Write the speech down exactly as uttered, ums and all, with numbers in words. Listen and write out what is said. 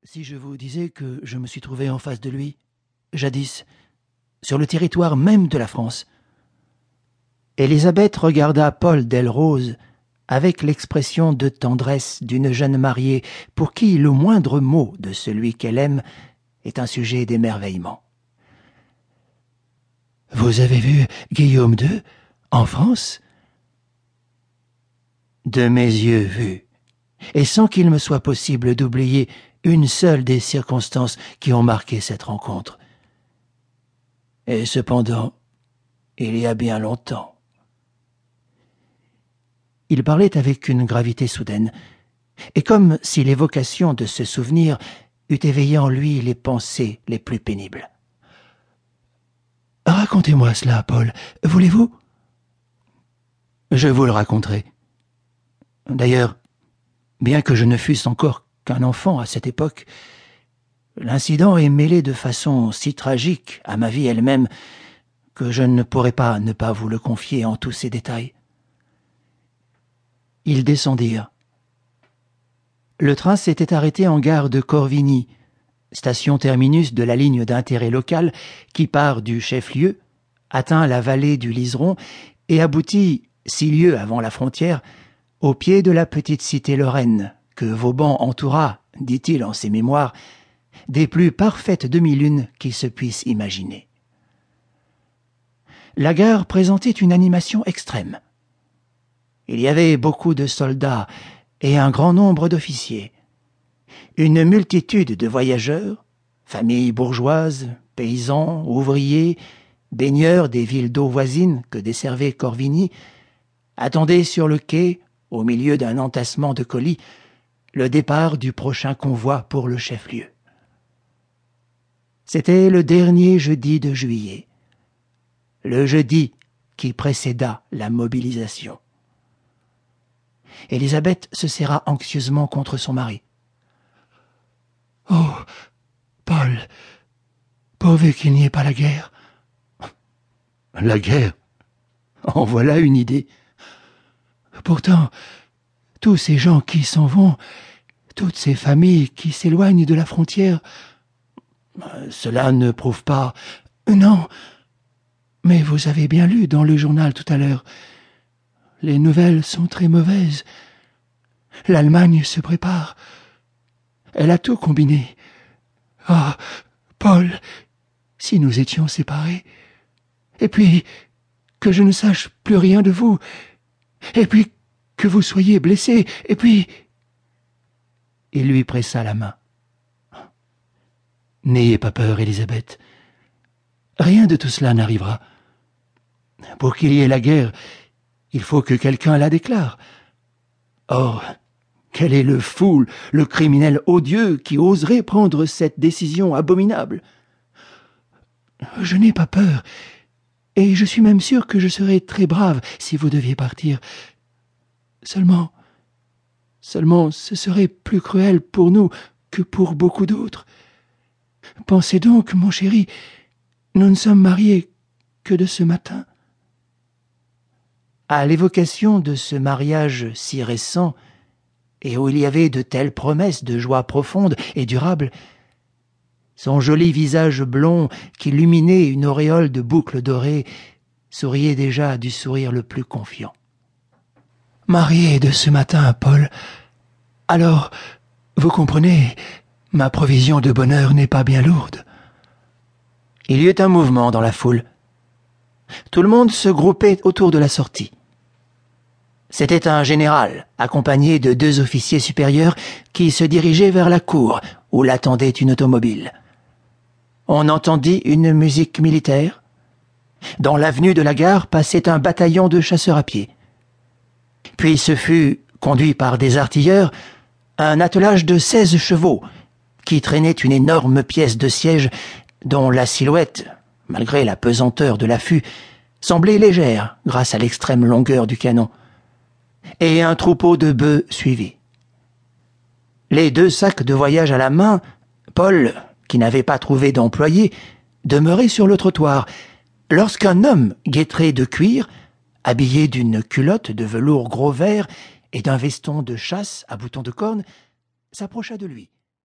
Si je vous disais que je me suis trouvé en face de lui, jadis, sur le territoire même de la France. Élisabeth regarda Paul Delrose avec l'expression de tendresse d'une jeune mariée pour qui le moindre mot de celui qu'elle aime est un sujet d'émerveillement. « Vous avez vu Guillaume deux, en France ?» De mes yeux vus, et sans qu'il me soit possible d'oublier une seule des circonstances qui ont marqué cette rencontre. Et cependant, il y a bien longtemps. Il parlait avec une gravité soudaine, et comme si l'évocation de ce souvenir eût éveillé en lui les pensées les plus pénibles. « Racontez-moi cela, Paul, voulez-vous ?»« Je vous le raconterai. D'ailleurs, bien que je ne fusse encore qu'un enfant à cette époque, l'incident est mêlé de façon si tragique à ma vie elle-même que je ne pourrais pas ne pas vous le confier en tous ses détails. » Ils descendirent. Le train s'était arrêté en gare de Corvigny, station terminus de la ligne d'intérêt local qui part du chef-lieu, atteint la vallée du Liseron et aboutit, six lieues avant la frontière, au pied de la petite cité lorraine que Vauban entoura, dit-il en ses mémoires, des plus parfaites demi-lunes qui se puissent imaginer. La gare présentait une animation extrême. Il y avait beaucoup de soldats et un grand nombre d'officiers. Une multitude de voyageurs, familles bourgeoises, paysans, ouvriers, baigneurs des villes d'eau voisines que desservait Corvigny, attendaient sur le quai, au milieu d'un entassement de colis, le départ du prochain convoi pour le chef-lieu. C'était le dernier jeudi de juillet, le jeudi qui précéda la mobilisation. Élisabeth se serra anxieusement contre son mari. « Oh, Paul, pourvu qu'il n'y ait pas la guerre. »« La guerre ? En voilà une idée. Pourtant, tous ces gens qui s'en vont, toutes ces familles qui s'éloignent de la frontière, cela ne prouve pas... Non, mais vous avez bien lu dans le journal tout à l'heure. Les nouvelles sont très mauvaises. L'Allemagne se prépare. Elle a tout combiné. Ah, Paul, si nous étions séparés. Et puis, que je ne sache plus rien de vous. Et puis, que vous soyez blessé. Et puis... Il lui pressa la main. « N'ayez pas peur, Élisabeth. Rien de tout cela n'arrivera. Pour qu'il y ait la guerre, il faut que quelqu'un la déclare. Or, quel est le fou, le criminel odieux qui oserait prendre cette décision abominable? Je n'ai pas peur, et je suis même sûr que je serais très brave si vous deviez partir. Seulement, seulement ce serait plus cruel pour nous que pour beaucoup d'autres. Pensez donc, mon chéri, nous ne sommes mariés que de ce matin. » À l'évocation de ce mariage si récent, et où il y avait de telles promesses de joie profonde et durable, son joli visage blond qu'illuminait une auréole de boucles dorées souriait déjà du sourire le plus confiant. « Marié de ce matin, Paul, alors, vous comprenez, ma provision de bonheur n'est pas bien lourde. » Il y eut un mouvement dans la foule. Tout le monde se groupait autour de la sortie. C'était un général, accompagné de deux officiers supérieurs qui se dirigeaient vers la cour, où l'attendait une automobile. On entendit une musique militaire. Dans l'avenue de la gare passait un bataillon de chasseurs à pied. Puis ce fut, conduit par des artilleurs, un attelage de seize chevaux, qui traînait une énorme pièce de siège dont la silhouette, malgré la pesanteur de l'affût, semblait légère grâce à l'extrême longueur du canon. Et un troupeau de bœufs suivit. Les deux sacs de voyage à la main, Paul, qui n'avait pas trouvé d'employé, demeurait sur le trottoir, lorsqu'un homme guêtré de cuir, habillé d'une culotte de velours gros vert et d'un veston de chasse à boutons de corne, s'approcha de lui.